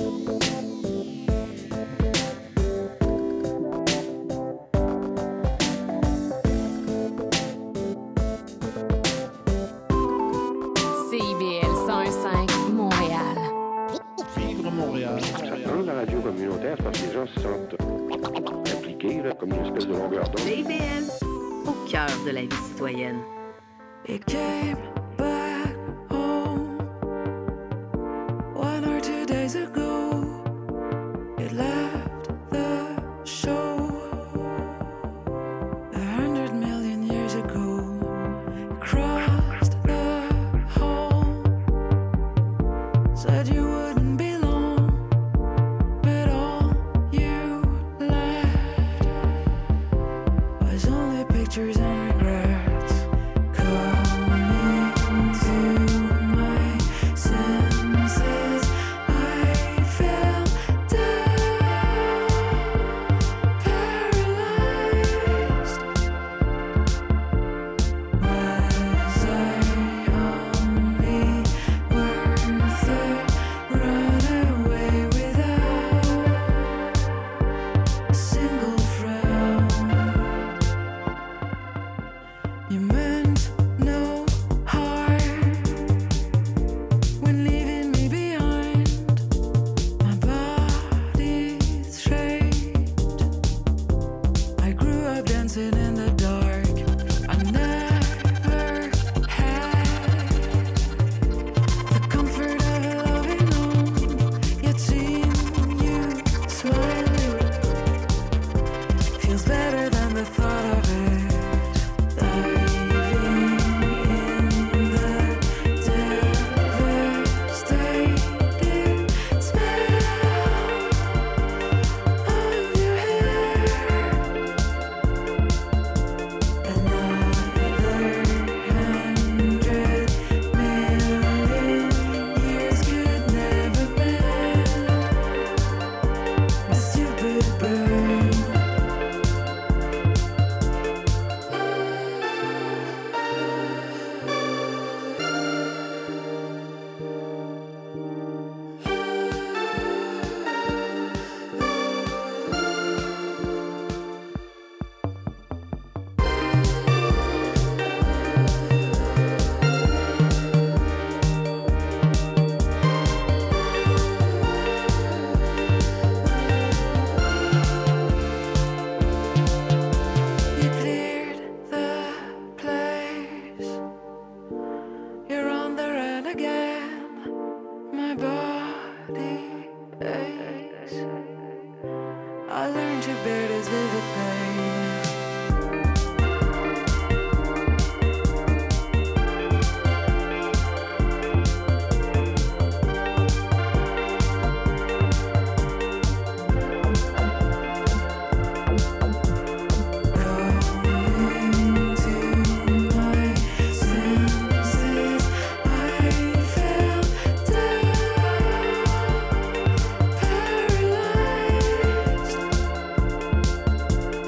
CIBL 101.5 Montréal. Vivre Montréal. Dans la radio communautaire, c'est parce que les gens se sentent impliqués, là, comme une espèce de longueur d'onde. CIBL, au cœur de la vie citoyenne. It came back home 1 or 2 days ago. It left the show 100 million years ago. Crossed the hall, said you wouldn't be long, but all you left was only pictures and regrets. Coming to my senses, I fell down, paralyzed. Was I only worth a runaway without a single frown? You meant no harm when leaving me behind. My body's shaped. I grew up dancing in the dark. I never had the comfort of a loving home. Yet seeing you smiling feels better than the thought of it. Diving in the devastating smell of your hair. Another 100 million years could never mend the stupid burn. You cleared the place. You're on the run again. My body aches. I learned to bear this vivid pain. Coming to my senses, I fell down, paralyzed.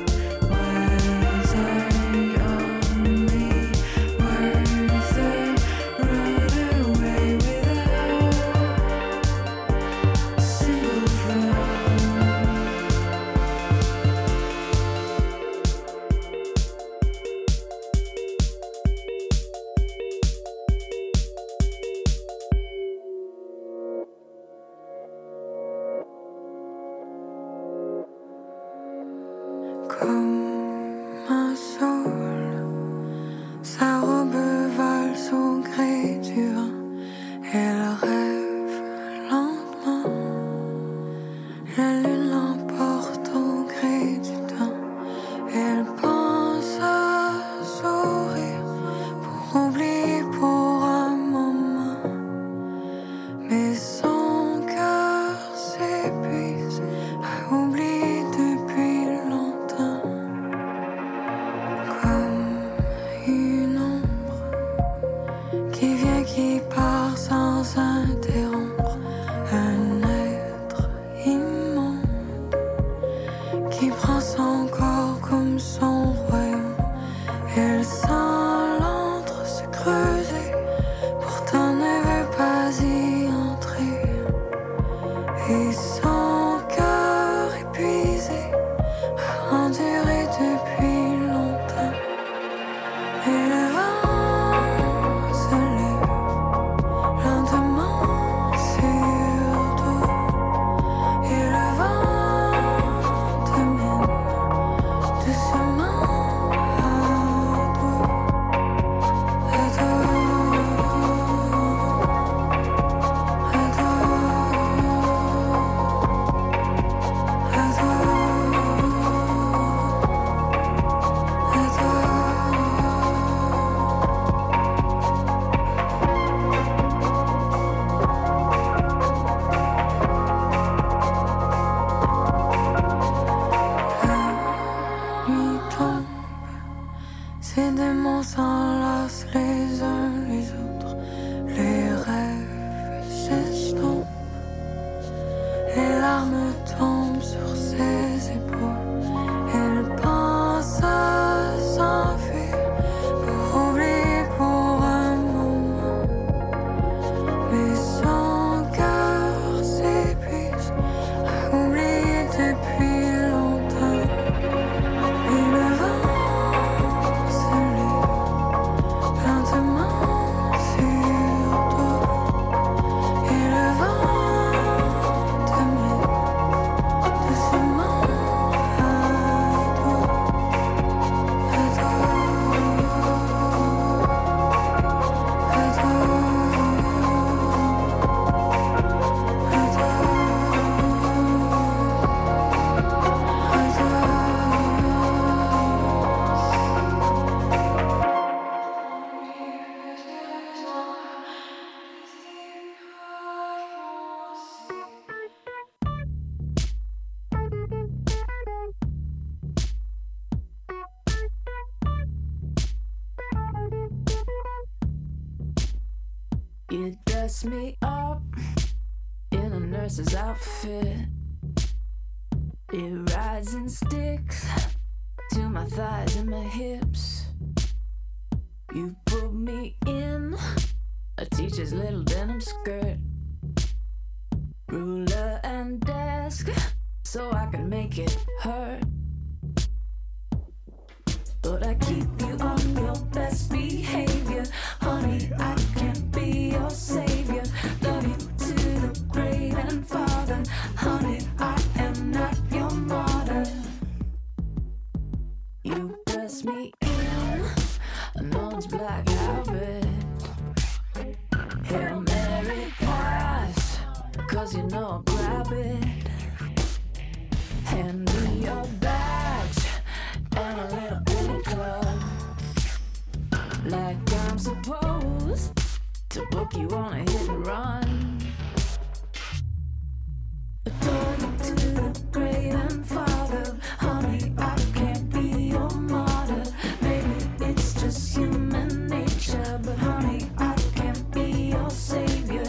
Et son cœur épuisé a enduré depuis longtemps. Et le vent se lève lentement sur toi. Et le vent te mène doucement à toi. À toi. Nuit tombe, ces démons s'enlacent les uns les autres, les rêves s'estompent, les larmes tombent sur ses épaules, elle pense à s'enfuir pour oublier pour un moment, mais son cœur s'épuise à oublier depuis longtemps. Et le vent se lève lentement sur toi. Et le vent te mène doucement à toi. À toi. À toi. À toi. You dress me up in a nurse's outfit. It rides and sticks to my thighs and my hips. You put me in a teacher's little denim skirt, ruler and desk, so I can make it hurt. But I keep you on your best behavior, honey. I can't be your savior. Love you to the grave and father, honey. I am not your martyr. You dress me in a nun's black habit, Hail Mary pass, 'cause you know I'll grab it. Hand me your badge and a little billy club, like I'm supposed to book you on a hit and run. Adore you to the grave and father, honey. I can't be your martyr. Maybe it's just human nature, but honey, I can't be your savior.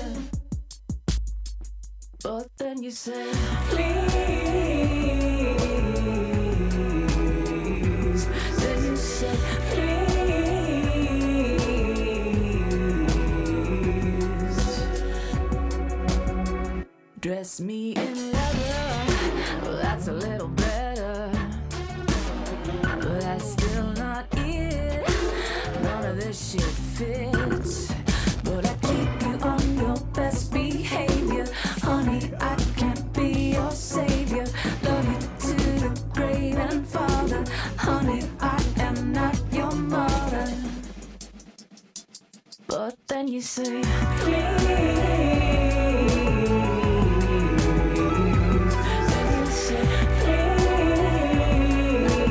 But then you say, please. Then you say, please. Dress me in leather, well, that's a little better, but that's still not it. None of this shit fits. But I keep you on your best behavior, honey. I can't be your savior. Love you to the grave and father, honey. I am not your mother. But then you say, please. Then you say,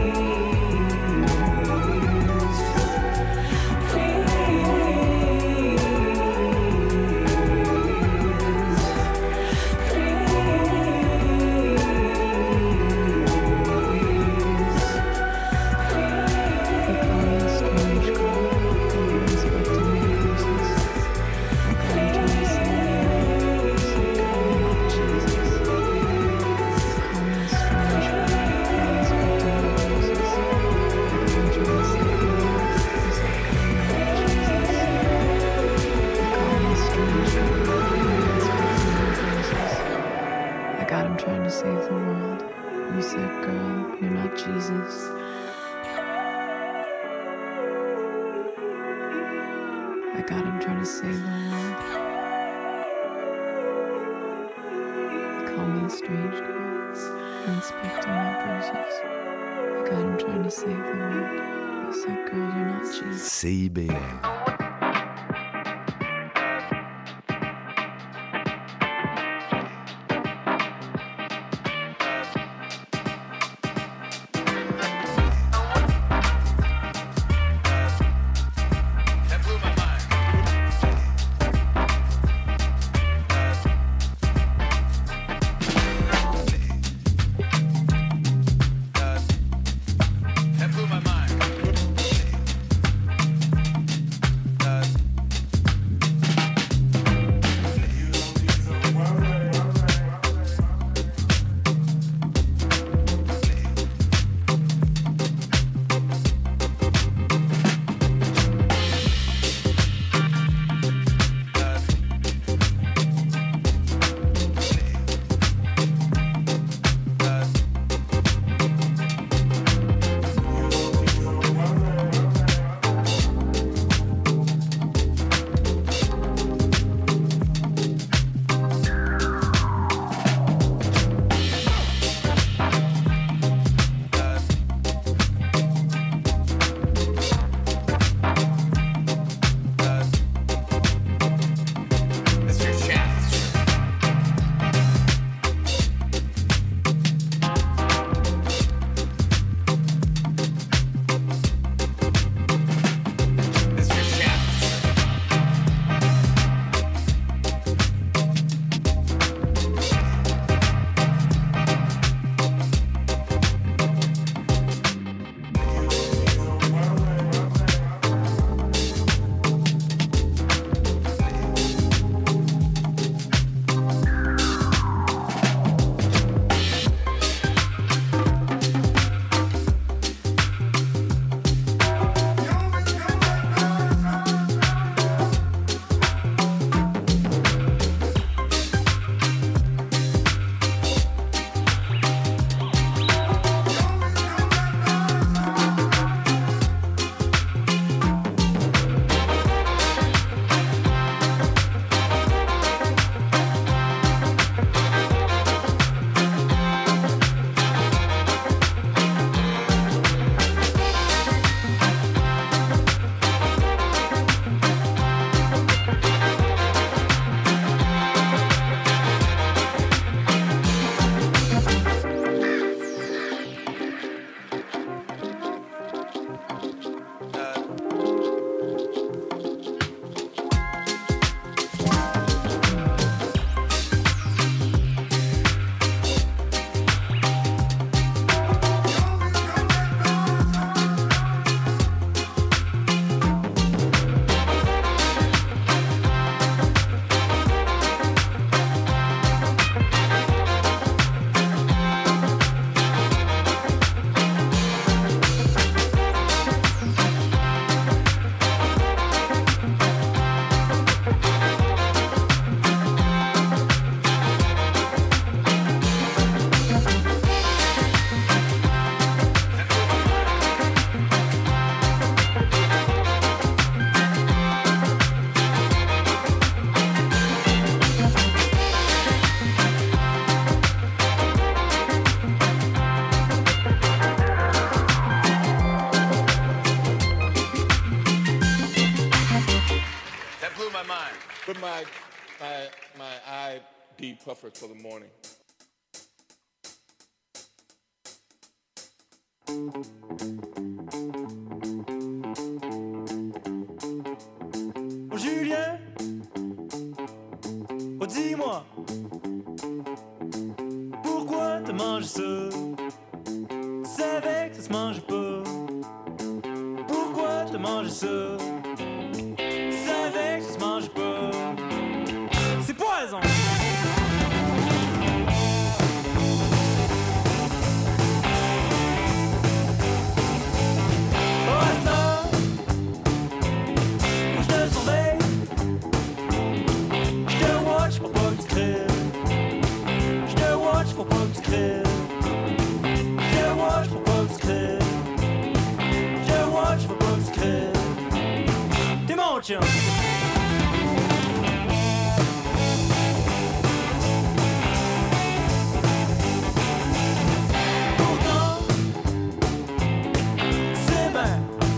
please. God, I'm trying to save the world. You said, girl, you're not Jesus. My God, I'm trying to save the world. You call me a strange girl. You're inspecting my bruises. My God, I'm trying to save the world. You said, girl, you're not Jesus. CIBL. Could my eye be perfect for the morning? Oh Julien, oh dis-moi, pourquoi t'as mangé ça? Savais que ça se mange pas. Pourquoi t'as mangé ça? Savais que ça se mange pas. C'est poison! chum. Pourtant, c'est bien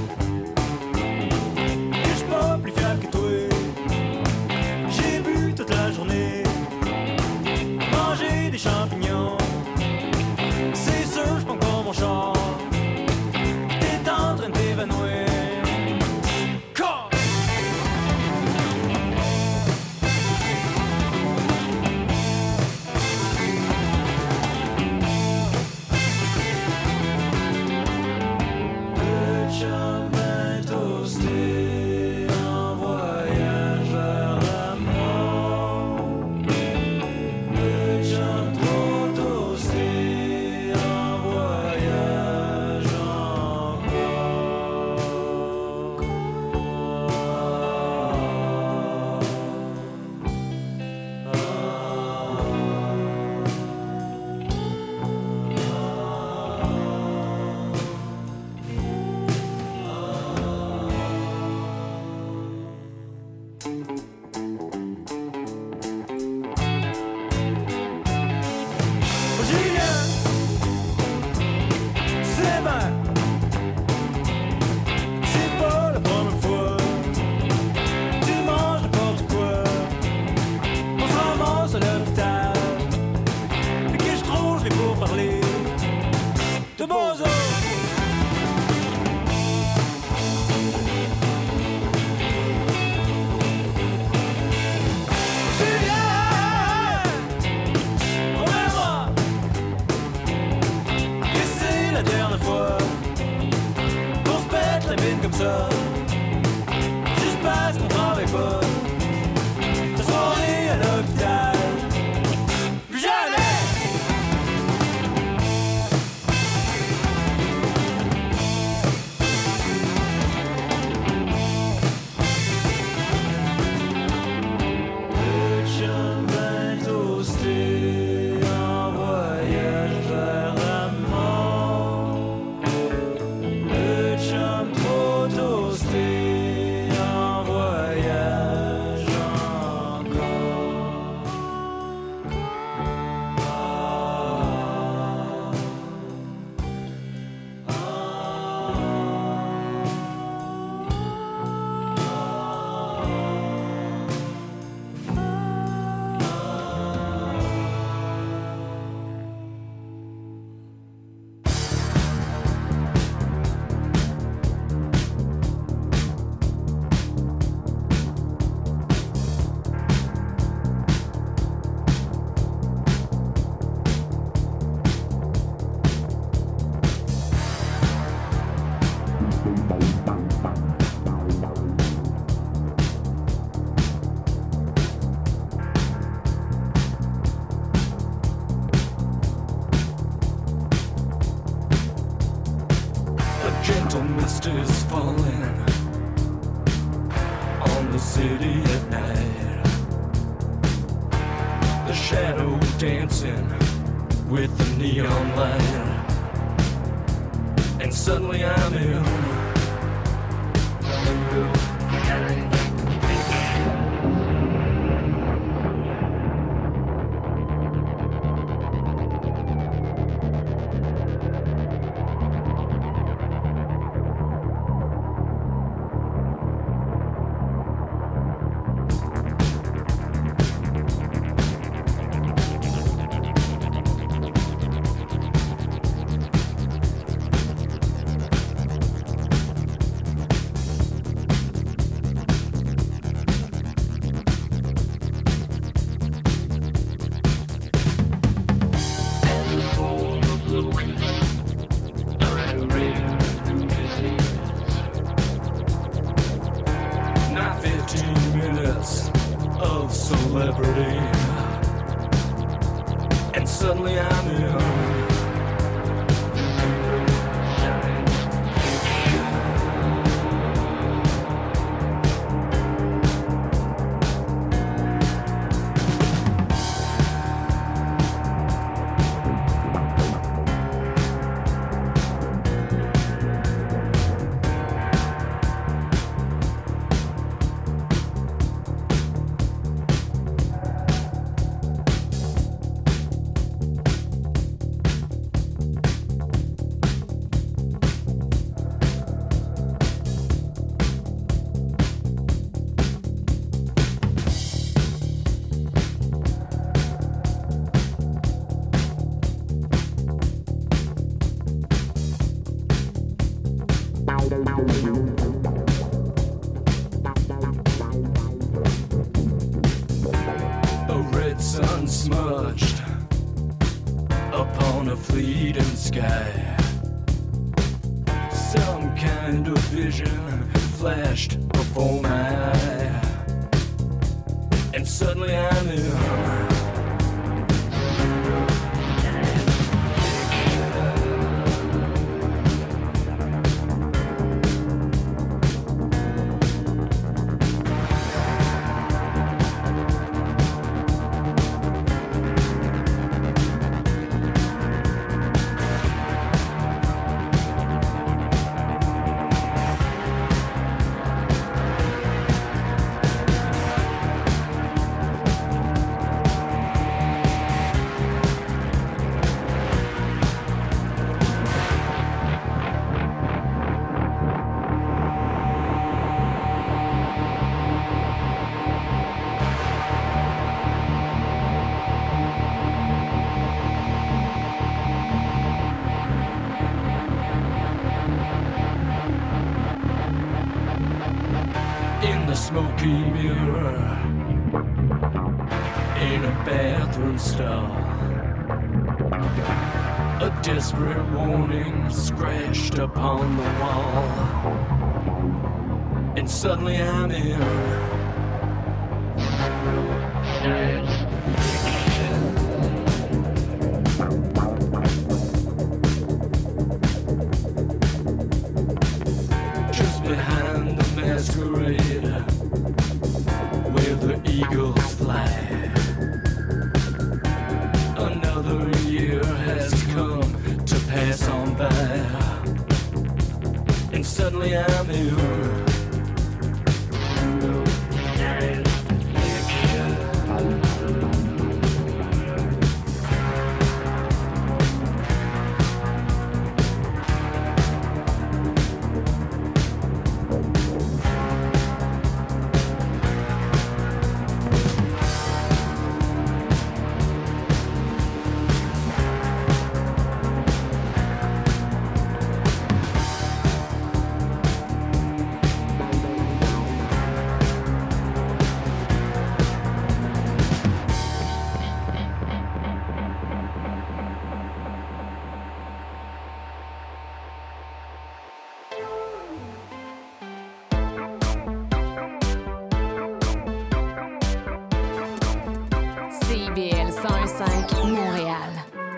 que je suis pas plus fiable que toi. J'ai bu toute la journée, mangé des champignons. C'est sûr, je prends pas mon char. T'es en train de t'évanouir. Car le chum est toasté en voyage vers la mort. Le chum trop toasté en voyage Julien, c'est bien, c'est pas la première fois. Tu manges n'importe quoi, on se ramasse à l'hôpital. Mais que je trouve, je l'ai pour parler de bons os. Reviens-moi, et c'est la dernière fois qu'on se pète la mine comme ça, juste parce qu'on travaille pas. Ta soirée à l'hôpital, plus jamais. Le chum ben toasté en voyage vers la mort. Le chum trop toasté en voyage A gentle mist is falling on the city at night. The shadow dancing with the neon light. And suddenly I'm in. Not 15 minutes of celebrity, and suddenly I'm in. a fleeting sky. Some kind of vision flashed before my eye, and suddenly I'm in. Smoky mirror in a bathroom stall, a desperate warning scratched upon the wall, and suddenly I'm in. Just behind the masquerade where the eagles fly, another year has come to pass on by, and suddenly I'm in. CIBL 101.5 Montréal.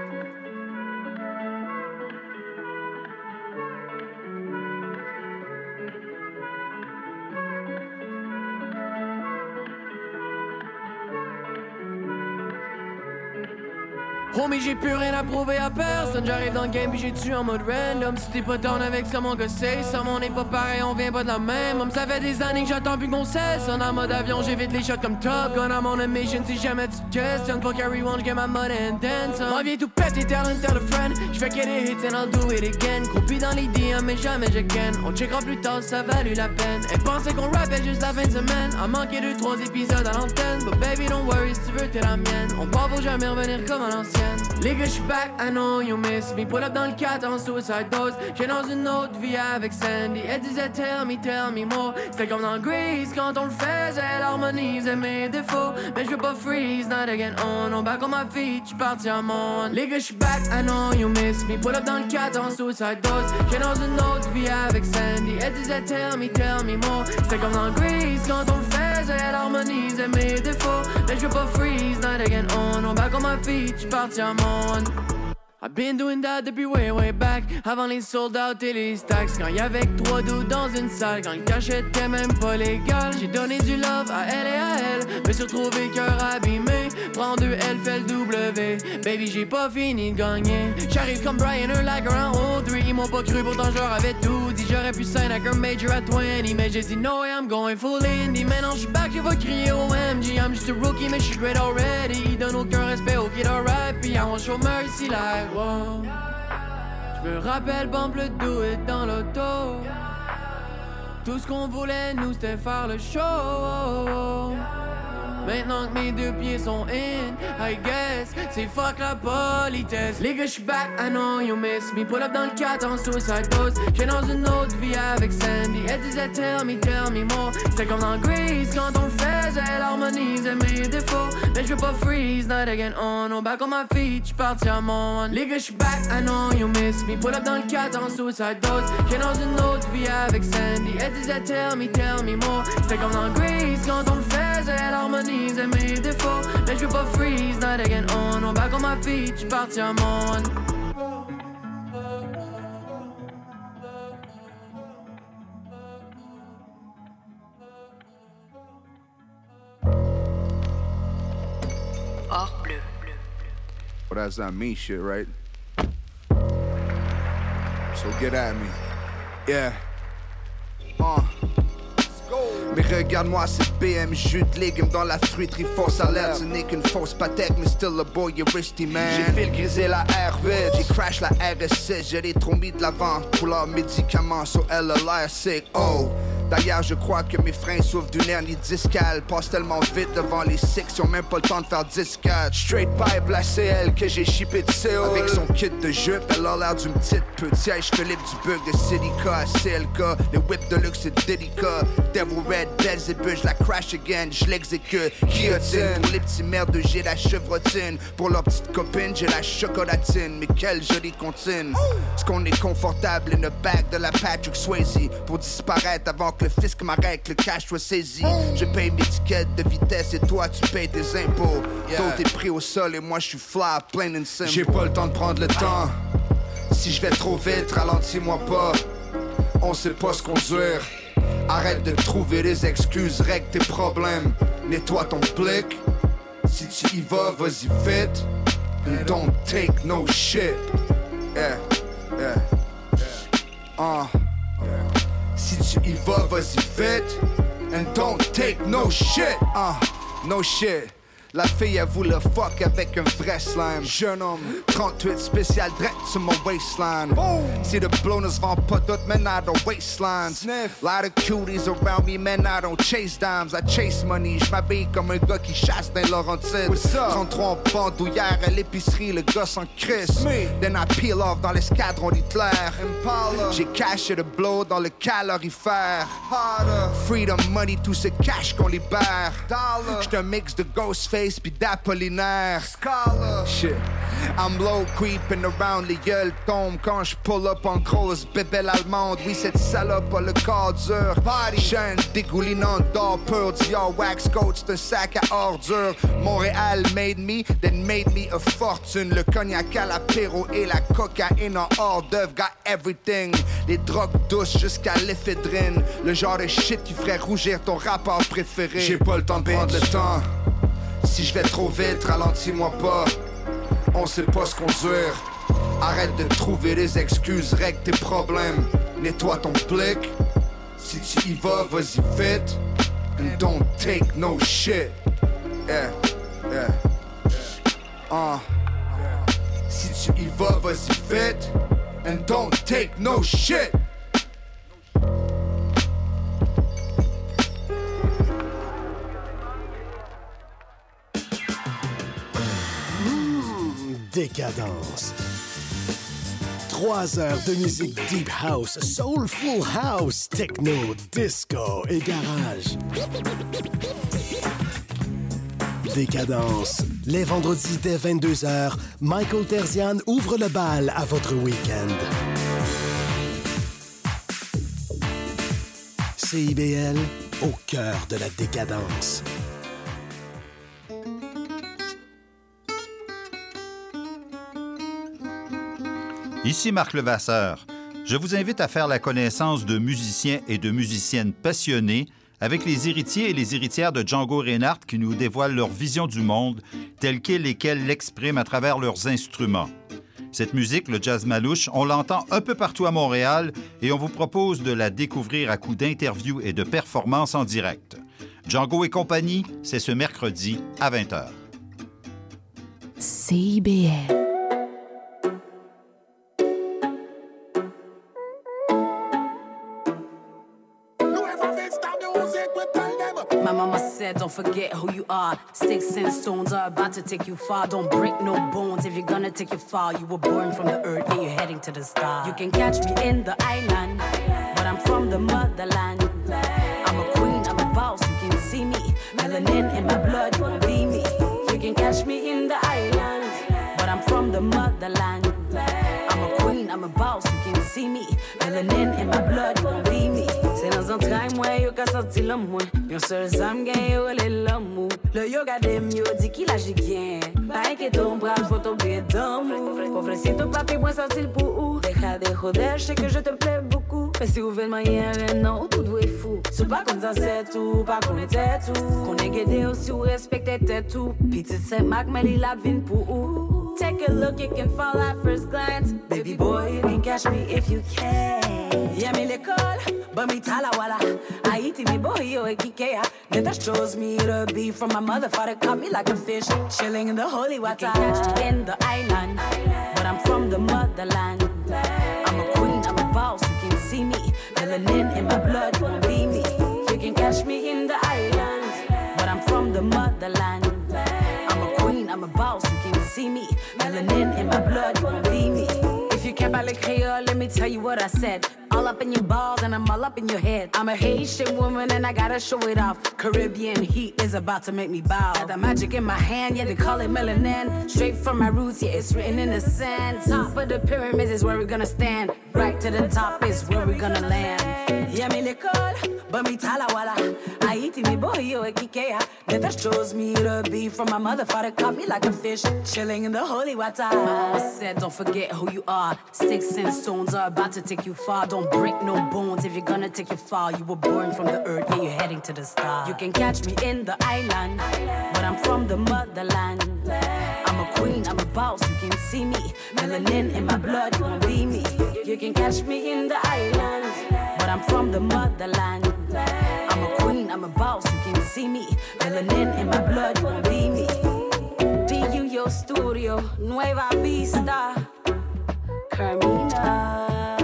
Homie, j'ai plus rien à prouver à personne. J'arrive dans le game puis j'ai tué en mode random. Si t'es pas down avec ça, mon gars, c'est ça. On est pas pareil, on vient pas de la même. Ça fait des années que j'attends plus qu'on cesse. En mode avion, j'évite les shots comme Top Gun. I'm on a mission si jamais tu te questionnes. Fuck everyone, j'gain ma money and dance. On vient tout péter, tell a friend. J'fais que des hits and I'll do it again. Groupie dans les DM, mais jamais je ken. On checkera plus tard, ça valut la peine. Elle pensait qu'on rappait juste la fin de semaine. A manqué 2-3 épisodes à l'antenne. But baby, don't worry, si tu veux, t'es la mienne. On part pour jamais revenir comme à l'ancienne. Les gars, j'suis back, I know you miss me. Pull up dans le 4 en suicide dose. J'ai dans une autre vie avec Sandy. Elle disait tell me more. C'était comme dans Grease quand on le faisait. Elle harmonisait mes défauts. Mais j'veux pas freeze, not again on. On back on my feet, j'suis parti à mon. Les gars, j'suis back, I know you miss me. Pull up dans le 4 en suicide dose. J'ai dans une autre vie avec Sandy. Elle disait tell me more. C'était comme dans Grease quand on le faisait. Elle harmonisait mes défauts. Mais j'veux pas freeze, not again on back on my feet, j'suis parti à mon. I've been doing that depuis way back. Avant les sold out et les stacks. Quand y'avait que 3 dudes dans une salle. Quand le cachet était même pas légal. J'ai donné du love à elle et à elle. Me suis retrouvé cœur abîmé. Prends 2 L, fais le W. Baby, j'ai pas fini de gagner. J'arrive comme Brian Urlacher en 03. Ils m'ont pas cru, pourtant j'leur avais tout dit. J'aurais pu sign avec un major à 20. Mais j'ai dit no way, I'm going full indie. Maintenant j'suis back, j'ai pas crier OMG. I'm just a rookie, mais j'suis great already. Donne aucun respect au kid alright. Puis I won't show mercy like wow. J'me rappelle bump le do it dans l'auto. Tout ce qu'on voulait nous c'était faire le show. Maintenant que mes 2 pieds sont in, I guess, c'est fuck la politesse. Les gars, j'suis back, I know you miss me. Pull up dans le 4 en suicide pose. J'ai dans une autre vie avec Sandy. Elle disait tell me more. C'était comme dans Grease quand on le faisait. Elle harmonisait mes défauts. Mais j'veux pas freeze, not again, oh no. Back on my feet, j'suis parti à mon one. Les gars, j'suis back, I know you miss me. Pull up dans le 4 en suicide pose. J'ai dans une autre vie avec Sandy. Elle disait tell me more. C'était comme dans Grease quand on le faisait. Elle harmonisait mes défauts. Mais j'veux pas freeze, not again, oh no. Back on my feet, j'suis parti à mon one. Hors bleu. Well, that's not me shit, right? So get at me. Yeah. Mais regarde-moi cette BM jute légumes dans la fruiterie fausse alerte. Ce n'est qu'une fausse patek, mais still a boy, you risky man. J'ai fait le griser la R8, j'ai crash la RS6. J'ai trop mis de l'avant pour leurs médicaments, so elle a l'air sick. Oh, d'ailleurs je crois que mes freins souffrent d'une hernie discale. Passe tellement vite devant les six, ils ont même pas le temps de faire 10-4. Straight pipe, la CL que j'ai shippé de Séoul. Avec son kit de jupe, elle a l'air d'une petite pute. Siège Philippe du bug de Cityca à CLK. Les whips de luxe c'est Dedica. Devil Red, Belzébuth, la crash again, je l'exécute. Guillotine, pour les petits merdeux, j'ai la chevrotine. Pour leur petite copine, j'ai la chocolatine. Mais quelle jolie comptine. Est-ce qu'on est confortable in the back de la Patrick Swayze? Pour disparaître avant que le fisc m'arrête, le cash soit saisi. Je paye mes tickets de vitesse et toi tu payes tes impôts. Toi t'es pris au sol et moi je suis fly, plain and simple. J'ai pas le temps de prendre le temps. Si je vais trop vite, ralentis-moi pas. On sait pas se conduire. Arrête de trouver des excuses, règle tes problèmes. Nettoie ton blick. Si tu y vas, vas-y vite. And don't take no shit. Yeah, yeah. Si tu y vas, vas-y vite. And don't take no shit. No shit. La fille, elle voulait fuck avec un vrai slime. Jeune homme, 38 spécial direct sur mon waistline. See the blowers vend pas toutes, man, I don't waistline. Lot of cuties around me, man, I don't chase dimes. I chase money, j'm'habille comme un gars qui chasse dans Laurentides. 33 en bandoulière à l'épicerie, le gars sans Chris. Then I peel off dans l'escadron d'Hitler. J'ai caché le blow dans le calorifère. Freedom money, tout ce cash qu'on libère. J'suis un mix de Ghostface pis d'Apollinaire. Shit, I'm low creeping around, les gueules tombent quand je pull up en grosse bébelle allemande. Oui, cette salope a le corps dur. Chaîne dégoulinante d'or pur, Dior wax coat, c'est un sac à ordures. Montréal made me, then made me a fortune. Le cognac à l'apéro et la cocaïne en hors d'œuvre, got everything. Les drogues douces jusqu'à l'éphédrine. Le genre de shit qui ferait rougir ton rappeur préféré. J'ai pas le temps de prendre le temps. Si je vais trop vite, ralentis-moi pas. On sait pas se conduire. Arrête de trouver des excuses, règle tes problèmes. Nettoie ton blick. Si tu y vas, vas-y vite. And don't take no shit. Yeah, yeah. Si tu y vas, vas-y vite. And don't take no shit. Décadence. 3 heures de musique deep house, soulful house, techno, disco et garage. Décadence. Les vendredis dès 22h, Michael Terzian ouvre le bal à votre week-end. CIBL, au cœur de la décadence. Ici Marc Levasseur. Je vous invite à faire la connaissance de musiciens et de musiciennes passionnés avec les héritiers et les héritières de Django Reinhardt qui nous dévoilent leur vision du monde telle qu'elle l'expriment à travers leurs instruments. Cette musique, le jazz malouche, on l'entend un peu partout à Montréal et on vous propose de la découvrir à coups d'interviews et de performances en direct. Django et compagnie, c'est ce mercredi à 20h. CIBL. My mama said said, don't forget who you are. Sticks and stones are about to take you far. Don't break no bones if you're gonna take you far. You were born from the earth and you're heading to the star. You can catch me in the island, but I'm from the motherland. I'm a queen, I'm a boss, you can see me. Melanin in my blood, you won't be me. You can catch me in the island, but I'm from the motherland. I'm a queen, I'm a boss, you can see me. Melanin in my blood, you won't be me. C'est dans un train, moi, yo ka sorti l'amour. Yon seul sam gen yo le l'amour. Le yo gade m yo di ki la jigien. Pa enke ton bras, faut tomber d'amour. Pobrecito papi, moi sorti le pou. Deja de joder, je sais que je te plais beaucoup. Mais si vous venez manière, non, tout doit fou. Sou pas comme ça, c'est tout, pas qu'on était tout. Qu'on est guédé aussi ou respecté tout. Petite Saint-Marc, mais il a vin pour. Take a look, you can fall at first glance. Baby boy, you can catch me if you can. Yeah, me l'école, but me tala wala. Haiti, me boy, yo, kikea. That chose me to be from my mother. Father caught me like a fish, chilling in the holy water. You can catch me in the island, but I'm from the motherland. I'm a queen, I'm a boss, you can see me. Melanin in my blood, you won't be me. You can catch me in the island, but I'm from the motherland. I'm a queen, I'm a boss, you can see me. Melanin in my blood, you won't be me. If you can't parler Creole, let me tell you what I said. All up in your balls and I'm all up in your head. I'm a Haitian woman and I gotta show it off. Caribbean heat is about to make me bow. Got the magic in my hand, yeah, they call it melanin. Straight from my roots, yeah, it's written in the sand. Top of the pyramids is where we're gonna stand. Right to the top is where we're gonna land. Yeah, me l'école, but me tala wala. Haiti, me boy, yo, kikea. That chose me to be from my mother. Father caught me like a fish, chilling in the holy water. Mama said, don't forget who you are. Sticks and stones are about to take you far. Don't break no bones if you're gonna take you far. You were born from the earth and you're heading to the star. You can catch me in the island, but I'm from the motherland. I'm a queen, I'm a boss, you can see me. Melanin in my blood, you won't be me. You can catch me in the island, but I'm from the motherland. I'm a queen, I'm a boss, you can see me. Melanin in my blood, you won't be me. BU Yo Studio, Nueva Vista, Carmina.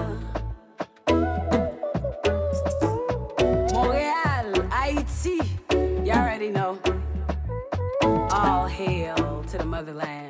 Montréal, Haiti, y'all already know. All hail to the motherland.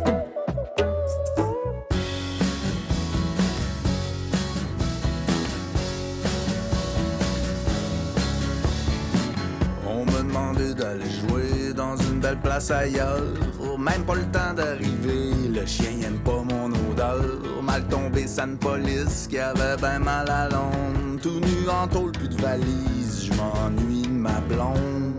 On me demandait d'aller jouer dans une belle place ailleurs. Même pas le temps d'arriver, le chien aime pas mon odeur. Mal tombé, sale police qui avait ben mal à l'ombre. Tout nu en tôle, plus de valise, je m'ennuie de ma blonde.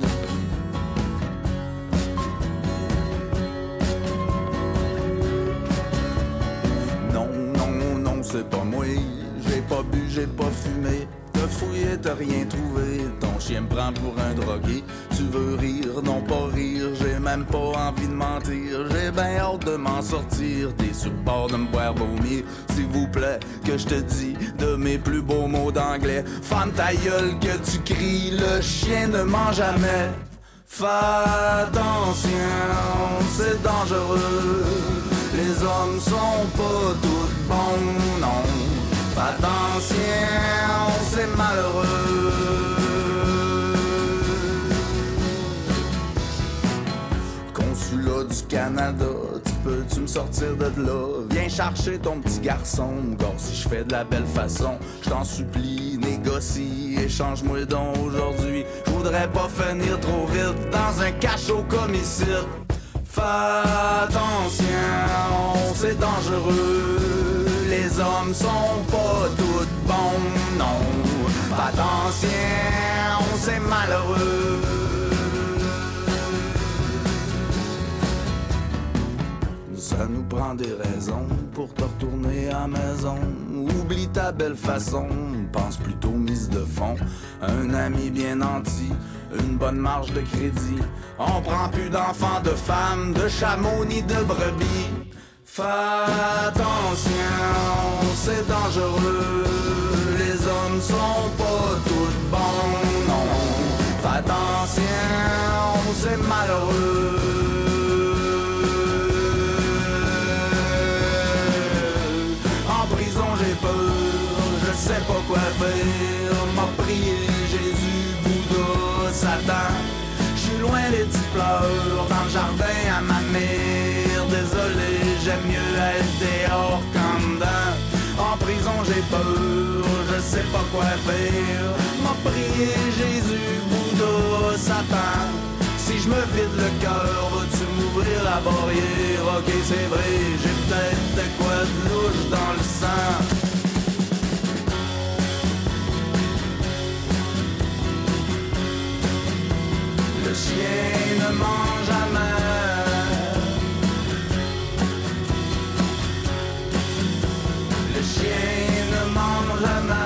Non, non, non, c'est pas moi. J'ai pas bu, j'ai pas fumé. T'as fouillé, t'as rien trouvé. Ton chien me prend pour un drogué. Tu veux rire, non pas rire. J'ai même pas envie de mentir. J'ai ben hâte de m'en sortir. T'es sur le bord de me voir vomir. S'il vous plaît, que je te dis de mes plus beaux mots d'anglais. Ferme ta gueule que tu cries. Le chien ne ment jamais. Fais attention, c'est dangereux. Les hommes sont pas tous bons, non. Fais attention, c'est malheureux. Consulat du Canada, peux-tu me sortir de là? Viens chercher ton petit garçon, gars, si je fais de la belle façon. Je t'en supplie, négocie, échange-moi donc aujourd'hui. Je voudrais pas finir trop vite dans un cachot comme ici. Fais attention, c'est dangereux. Les hommes sont pas tous bons, non. Fais attention, c'est malheureux. Ça nous prend des raisons pour te retourner à la maison. Oublie ta belle façon, pense plutôt mise de fond. Un ami bien nanti, une bonne marge de crédit. On prend plus d'enfants, de femmes, de chameaux ni de brebis. Fais attention, c'est dangereux. Les hommes sont pas tous bons, non. Fais attention, c'est malheureux. J'ai peur, je sais pas quoi faire. M'a prié Jésus, Bouddha, Satan. J'suis fleurs dans le jardin à ma mère. Désolé, j'aime mieux être dehors qu'en dedans. En prison j'ai peur, je sais pas quoi faire. M'a prié Jésus, Bouddha, Satan. Si je me vide le cœur, vas-tu m'ouvrir la barrière? Ok, c'est vrai, j'ai peut-être de quoi de louche dans le sang. Le chien ne mange jamais. Le chien ne mange jamais.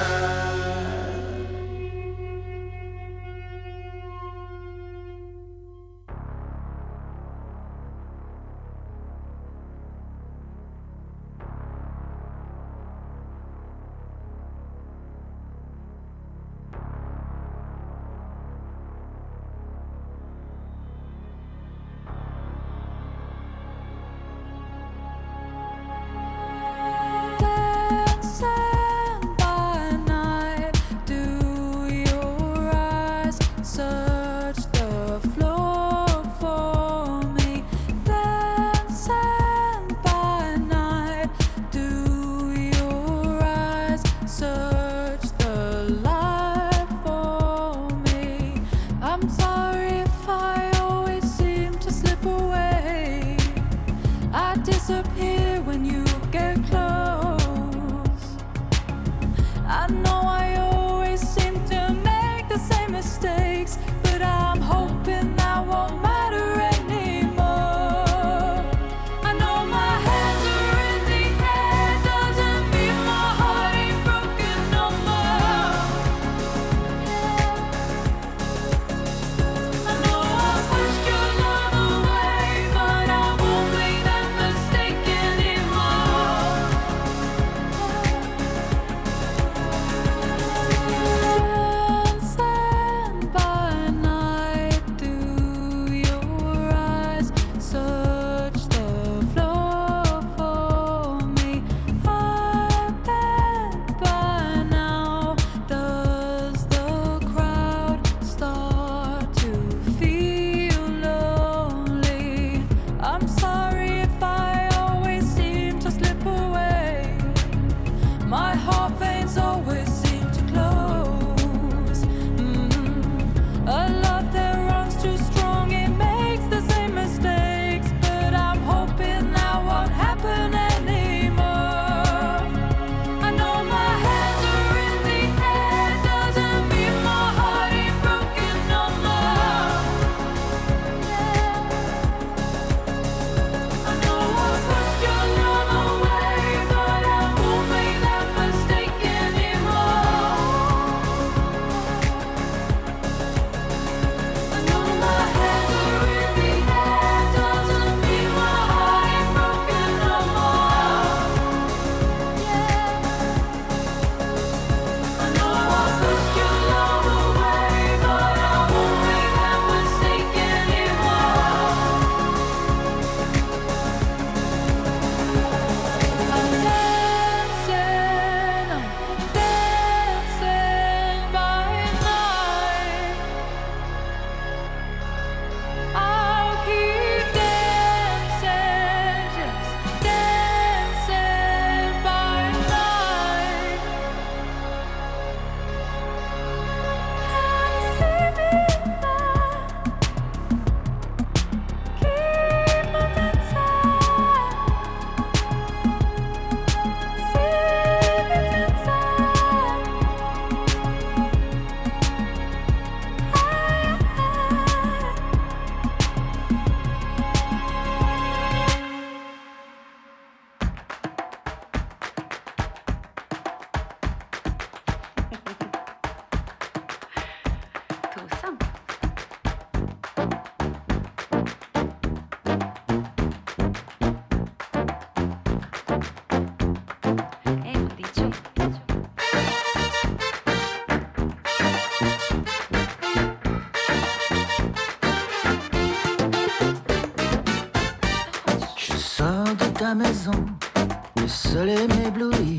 ta maison, le soleil m'éblouit,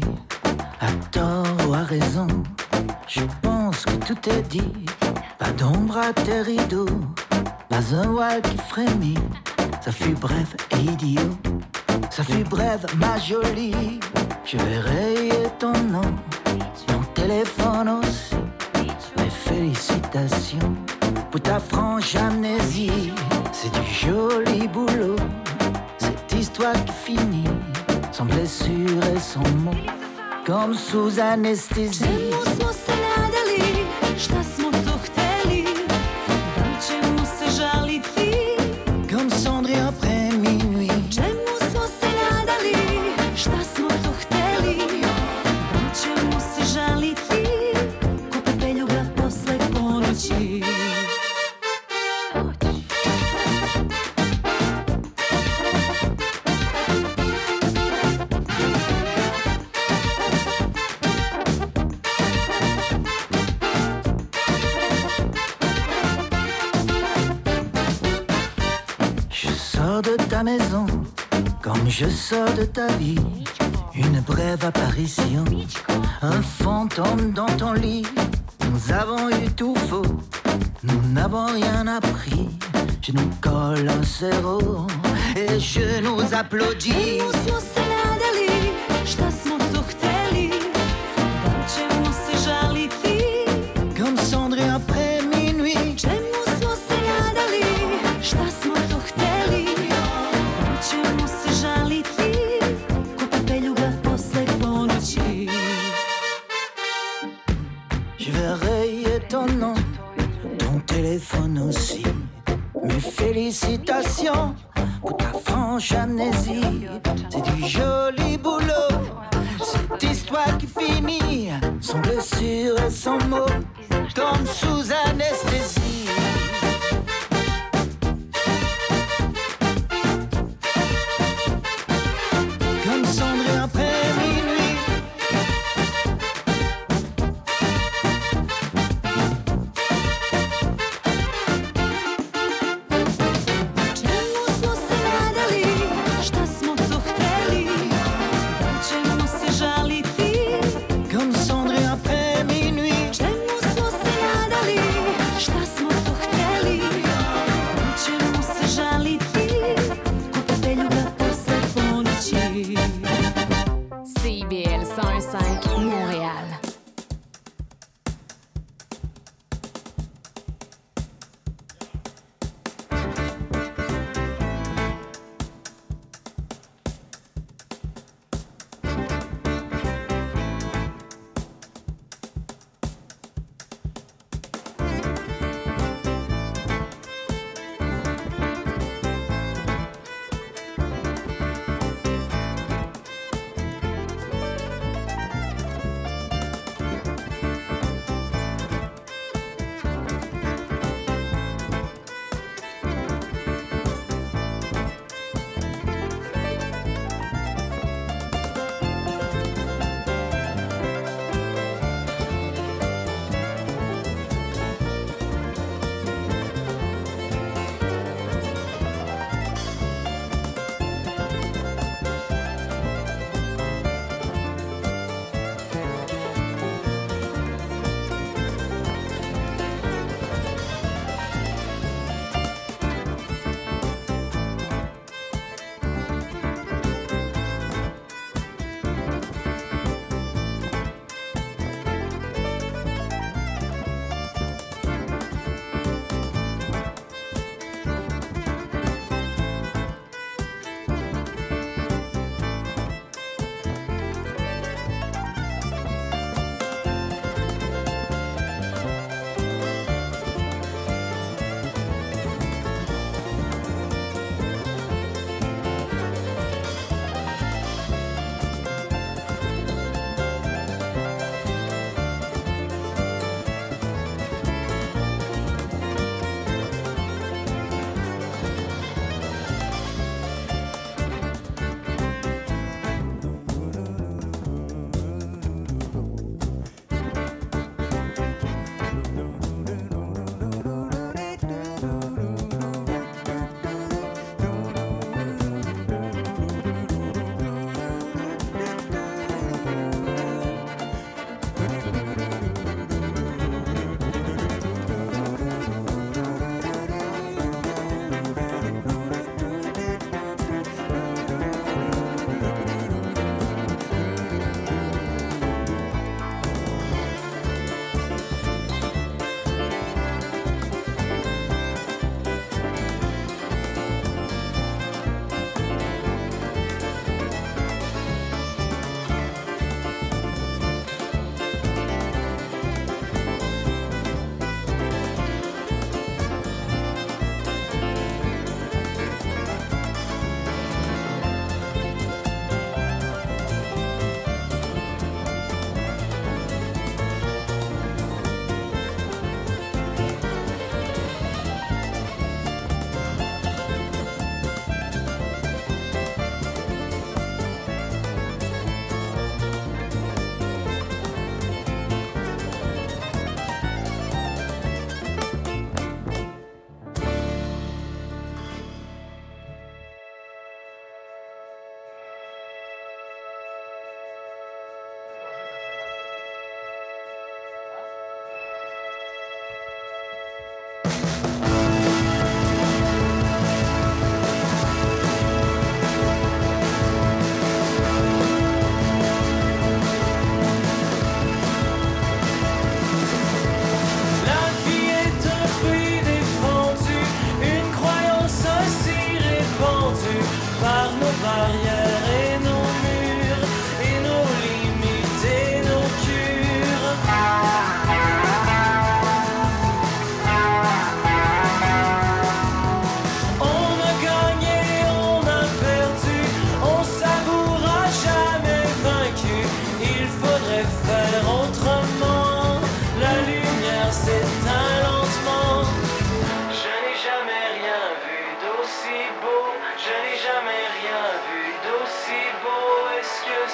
à tort ou à raison. Je pense que tout est dit, pas d'ombre à tes rideaux. Dans un voile qui frémit, ça fut bref et idiot. Ça fut bref, ma jolie. Je vais rayer ton nom, ton téléphone aussi. Mes félicitations pour ta franche amnésie. C'est du joli boulot, cette histoire qui finit sans blessure et sans mots, comme sous anesthésie. Comme Cendrillon après minuit. De ta maison, comme je sors de ta vie, une brève apparition, un fantôme dans ton lit. Nous avons eu tout faux, nous n'avons rien appris. Je nous colle un zéro et je nous applaudis. Comme Cendrillon après minuit. Ton nom, ton téléphone aussi. Mes félicitations pour ta franche amnésie. C'est du joli boulot, cette histoire qui finit sans blessure et sans mots, comme sous anesthésie. Comme Cendrillon après minuit. CIBL 101.5 Montréal.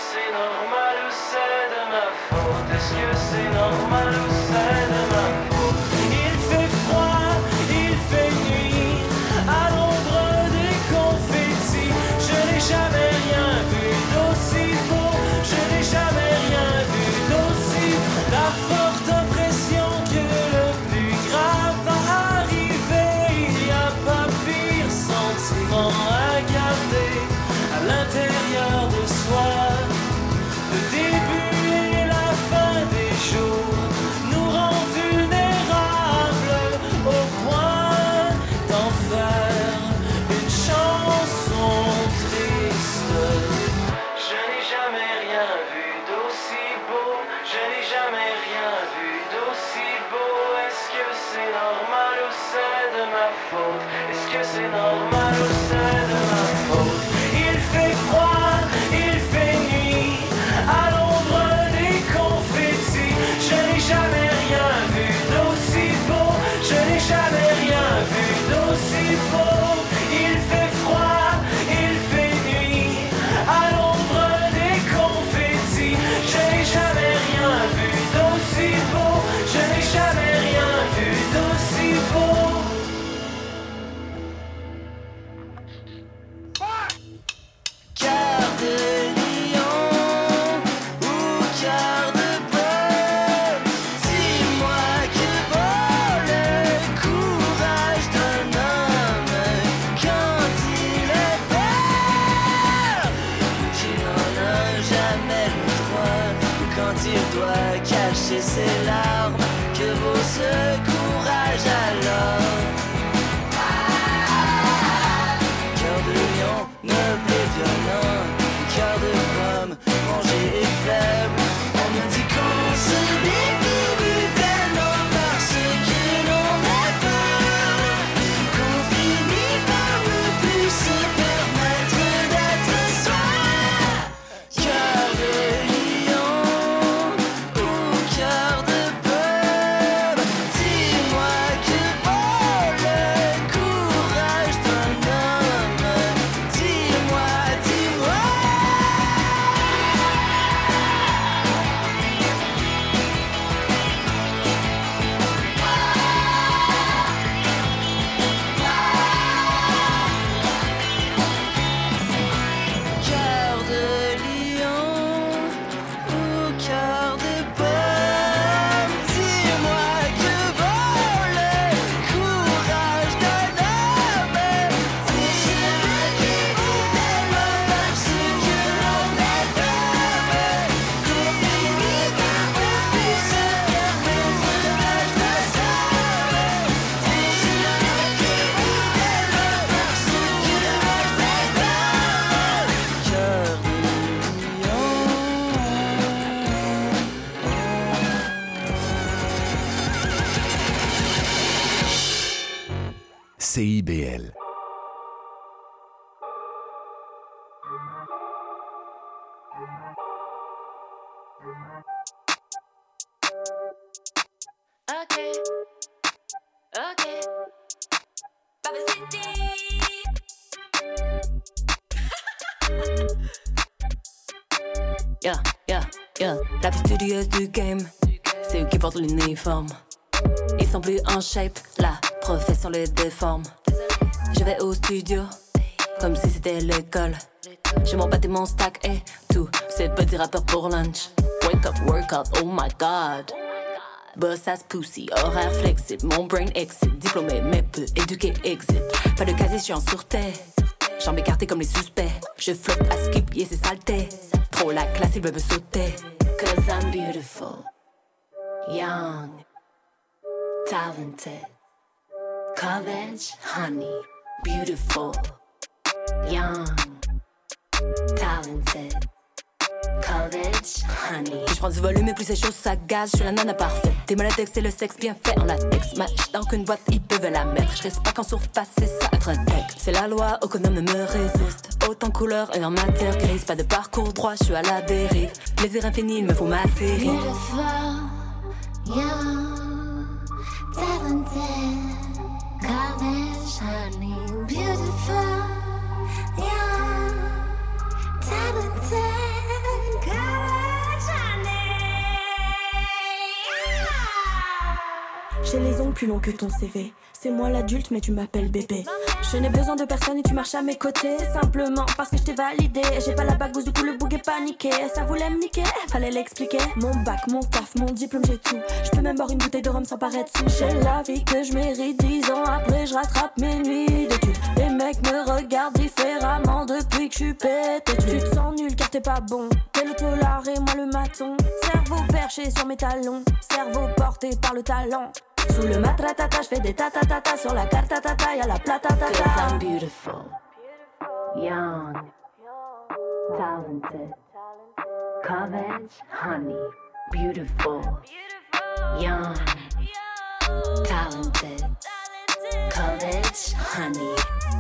c'est normal ou c'est de ma faute? Est-ce que c'est normal ou c'est de ma faute? Il fait froid, il fait nuit, à l'ombre des confettis. Je n'ai jamais rien vu d'aussi beau, je n'ai jamais rien vu d'aussi. La forte impression que le plus grave va arriver. Il n'y a pas pire sentiment à garder à l'intérieur de soi. Le début et la fin des jours nous rend vulnérables au point d'en faire une chanson triste. Je n'ai jamais rien vu d'aussi beau, je n'ai jamais rien vu d'aussi beau. Est-ce que c'est normal ou c'est de ma faute? Est-ce que c'est normal ou c'est de ma faute? Il fait froid, il fait nuit, à l'ombre des confettis. Je n'ai jamais rien vu d'aussi beau, je n'ai jamais rien vu d'aussi beau. Il fait froid, il fait nuit, à l'ombre des confettis. Je n'ai jamais rien vu d'aussi beau, je n'ai jamais rien vu d'aussi beau. Cœur de lion ou cœur de bœuf, dis-moi que vaut le courage d'un homme quand il est peur, qu'il n'en a jamais le droit, quand il doit cacher ses larmes, que vaut ce courage alors? Cœur de lion, noble et violent, cœur de pomme, rangé et faible. On me dit qu'on se déplie tellement parce que l'on a peur, qu'on finit par ne plus se permettre d'être soi. Cœur de lion ou cœur de pomme, dis-moi que vaut le courage d'un homme. Dis-moi, dis-moi. Cœur de lion ou cœur de pomme, dis-moi que vaut le courage d'un homme. Pour celui qui vit tellement parce que l'on est homme, qu'on finit par ne plus se permettre d'être seul. Pour celui qui vit tellement parce que l'on est homme. Cœur de CIBL. Okay, okay. Baba City. Yeah, yeah, yeah. La plus studieuse du game, c'est eux qui portent l'uniforme. Ils sont plus en shape, la profession les déforme. Je vais au studio, comme si c'était l'école. J'ai mon bat et mon stack et tout, c'est petits rappeurs pour lunch. Wake up, workout, oh my god. Boss ass pussy, horaire flexible, mon brain exit. Diplômé mais peu éduqué, exit. Pas de casier, chiant sur tête. Jambes écartées comme les suspects. Je flotte à skip, yeah c'est saleté. Trop la classe, il veut me sauter. Cause I'm beautiful, young, talented. College honey, beautiful, young, talented. College honey. Plus je prends du volume et plus ces choses ça gaz. Je suis la nana parfaite. T'es malatex, c'est le sexe bien fait en latex. Match dans qu'une boîte, ils peuvent la mettre. Je reste pas qu'en surface, c'est ça être un tech. C'est la loi, aucun homme ne me résiste. Autant couleur et en matière grise. Pas de parcours droit, je suis à la dérive. Plaisir infini, il me faut ma série. Beautiful, young, talented. College honey. Beautiful, young, talented. J'ai les ongles plus longs que ton CV. C'est moi l'adulte mais tu m'appelles bébé. Je n'ai besoin de personne et tu marches à mes côtés. C'est simplement parce que je t'ai validé. J'ai pas la bagousse du coup le bouc est paniqué. Ça voulait me niquer, fallait l'expliquer. Mon bac, mon taf, mon diplôme j'ai tout. Je peux même boire une bouteille de rhum sans paraître sous. J'ai la vie que je mérite, 10 ans après je rattrape mes nuits d'études. Les mecs me regardent différemment depuis que je suis pété. Tu te sens nul car t'es pas bon. T'es le tolard et moi le maton. Cerveau perché sur mes talons. Cerveau porté par le talent. Sous le matratata, je fais des tatatata. Sur la cartatata, y'a la platatata. 'Cause I'm beautiful, young, talented, college honey. Beautiful, young, talented, college honey.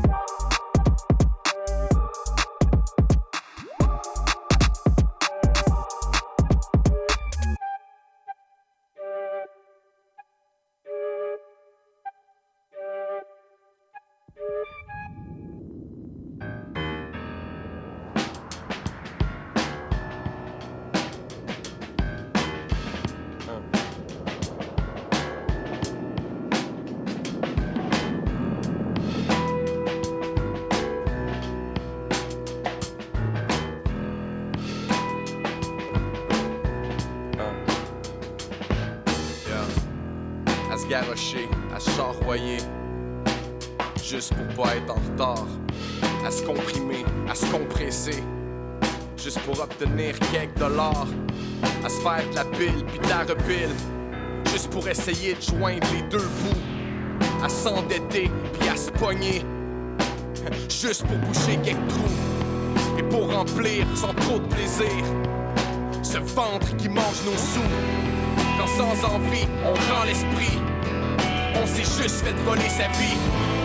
Garocher, à se charroyer, juste pour pas être en retard, à se comprimer, à se compresser, juste pour obtenir quelques dollars, à se faire de la pile puis de la repile, juste pour essayer de joindre les deux bouts, à s'endetter puis à se pogner, juste pour boucher quelques trous, et pour remplir sans trop de plaisir, ce ventre qui mange nos sous, quand sans envie on rend l'esprit. On s'est juste fait voler sa vie.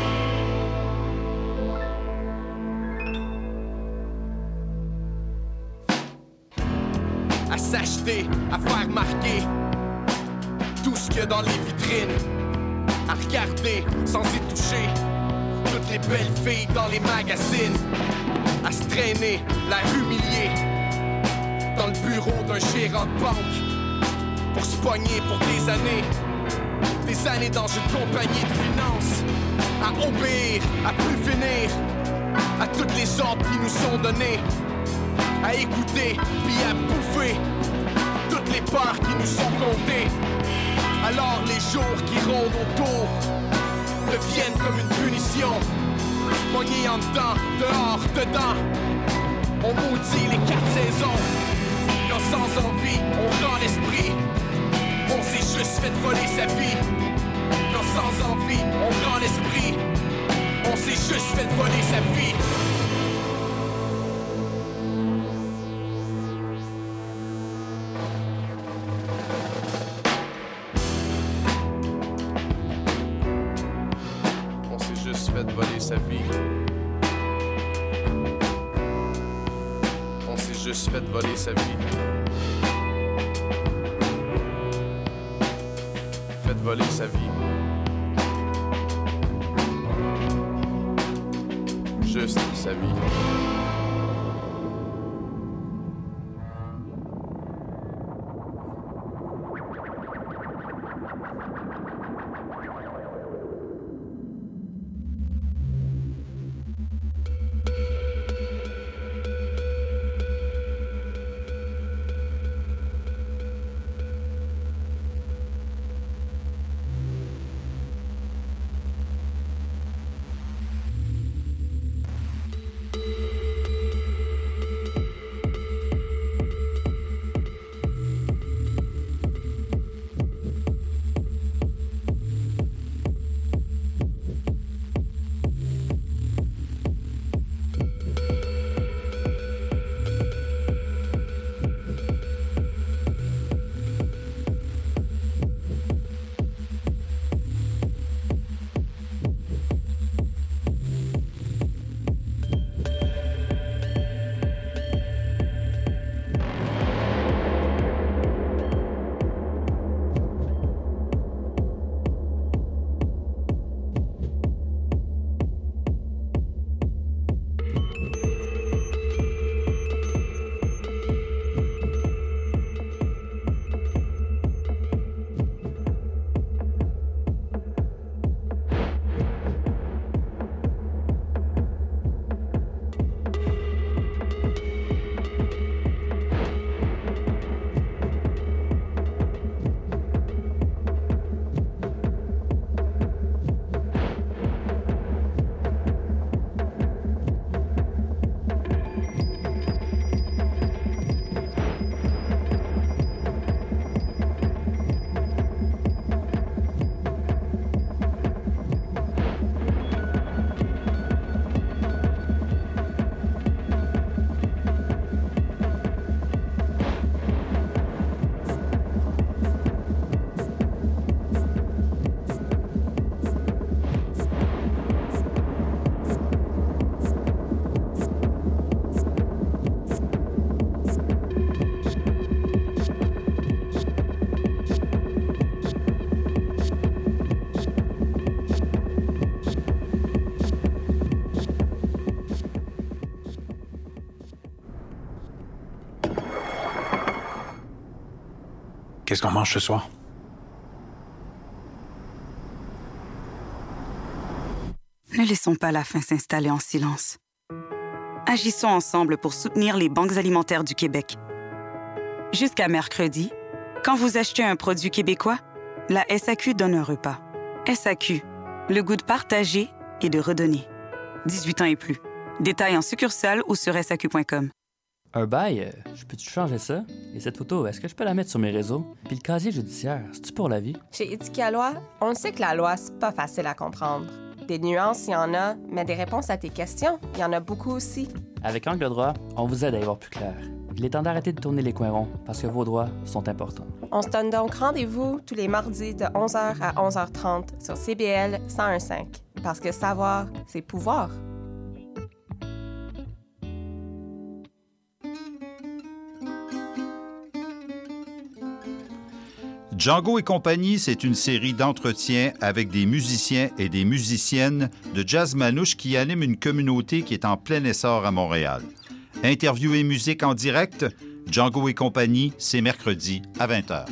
À s'acheter, à faire marquer tout ce qu'il y a dans les vitrines. À regarder sans y toucher toutes les belles filles dans les magazines. À se traîner, la humilier dans le bureau d'un gérant de banque. Pour se pogner pour des années. Des années dans une compagnie de finance. À obéir, à plus finir à toutes les ordres qui nous sont donnés. À écouter, puis à bouffer toutes les peurs qui nous sont comptées. Alors les jours qui rôdent autour deviennent comme une punition. Pognés en dedans, dehors, dedans. On maudit les 4 saisons. Quand sans envie, on rend l'esprit. On s'est juste fait voler sa vie. Quand sans envie, on rend l'esprit. On s'est juste fait voler sa vie. On s'est juste fait voler sa vie. On s'est juste fait voler sa vie. Voler sa vie. Juste sa vie. Qu'est-ce qu'on mange ce soir? Ne laissons pas la faim s'installer en silence. Agissons ensemble pour soutenir les banques alimentaires du Québec. Jusqu'à mercredi, quand vous achetez un produit québécois, la SAQ donne un repas. SAQ, le goût de partager et de redonner. 18 ans et plus. Détails en succursale ou sur SAQ.com. Un bail, je peux-tu changer ça? Et cette photo, est-ce que je peux la mettre sur mes réseaux? Puis le casier judiciaire, c'est-tu pour la vie? Chez Éthique à loi, on le sait que la loi, c'est pas facile à comprendre. Des nuances, il y en a, mais des réponses à tes questions, il y en a beaucoup aussi. Avec Angle droit, on vous aide à y voir plus clair. Il est temps d'arrêter de tourner les coins ronds, parce que vos droits sont importants. On se donne donc rendez-vous tous les mardis de 11h à 11h30 sur CBL 101.5. Parce que savoir, c'est pouvoir. Django et compagnie, c'est une série d'entretiens avec des musiciens et des musiciennes de jazz manouche qui animent une communauté qui est en plein essor à Montréal. Interview et musique en direct, Django et compagnie, c'est mercredi à 20h.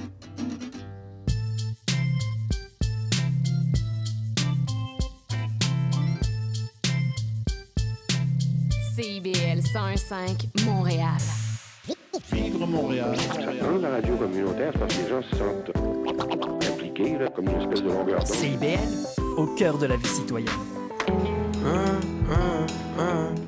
CIBL 101.5 Montréal. Vivre Montréal. Dans la radio communautaire, c'est parce que les gens se sentent impliqués, là, comme une espèce de longueur d'onde. CIBL, au cœur de la vie citoyenne.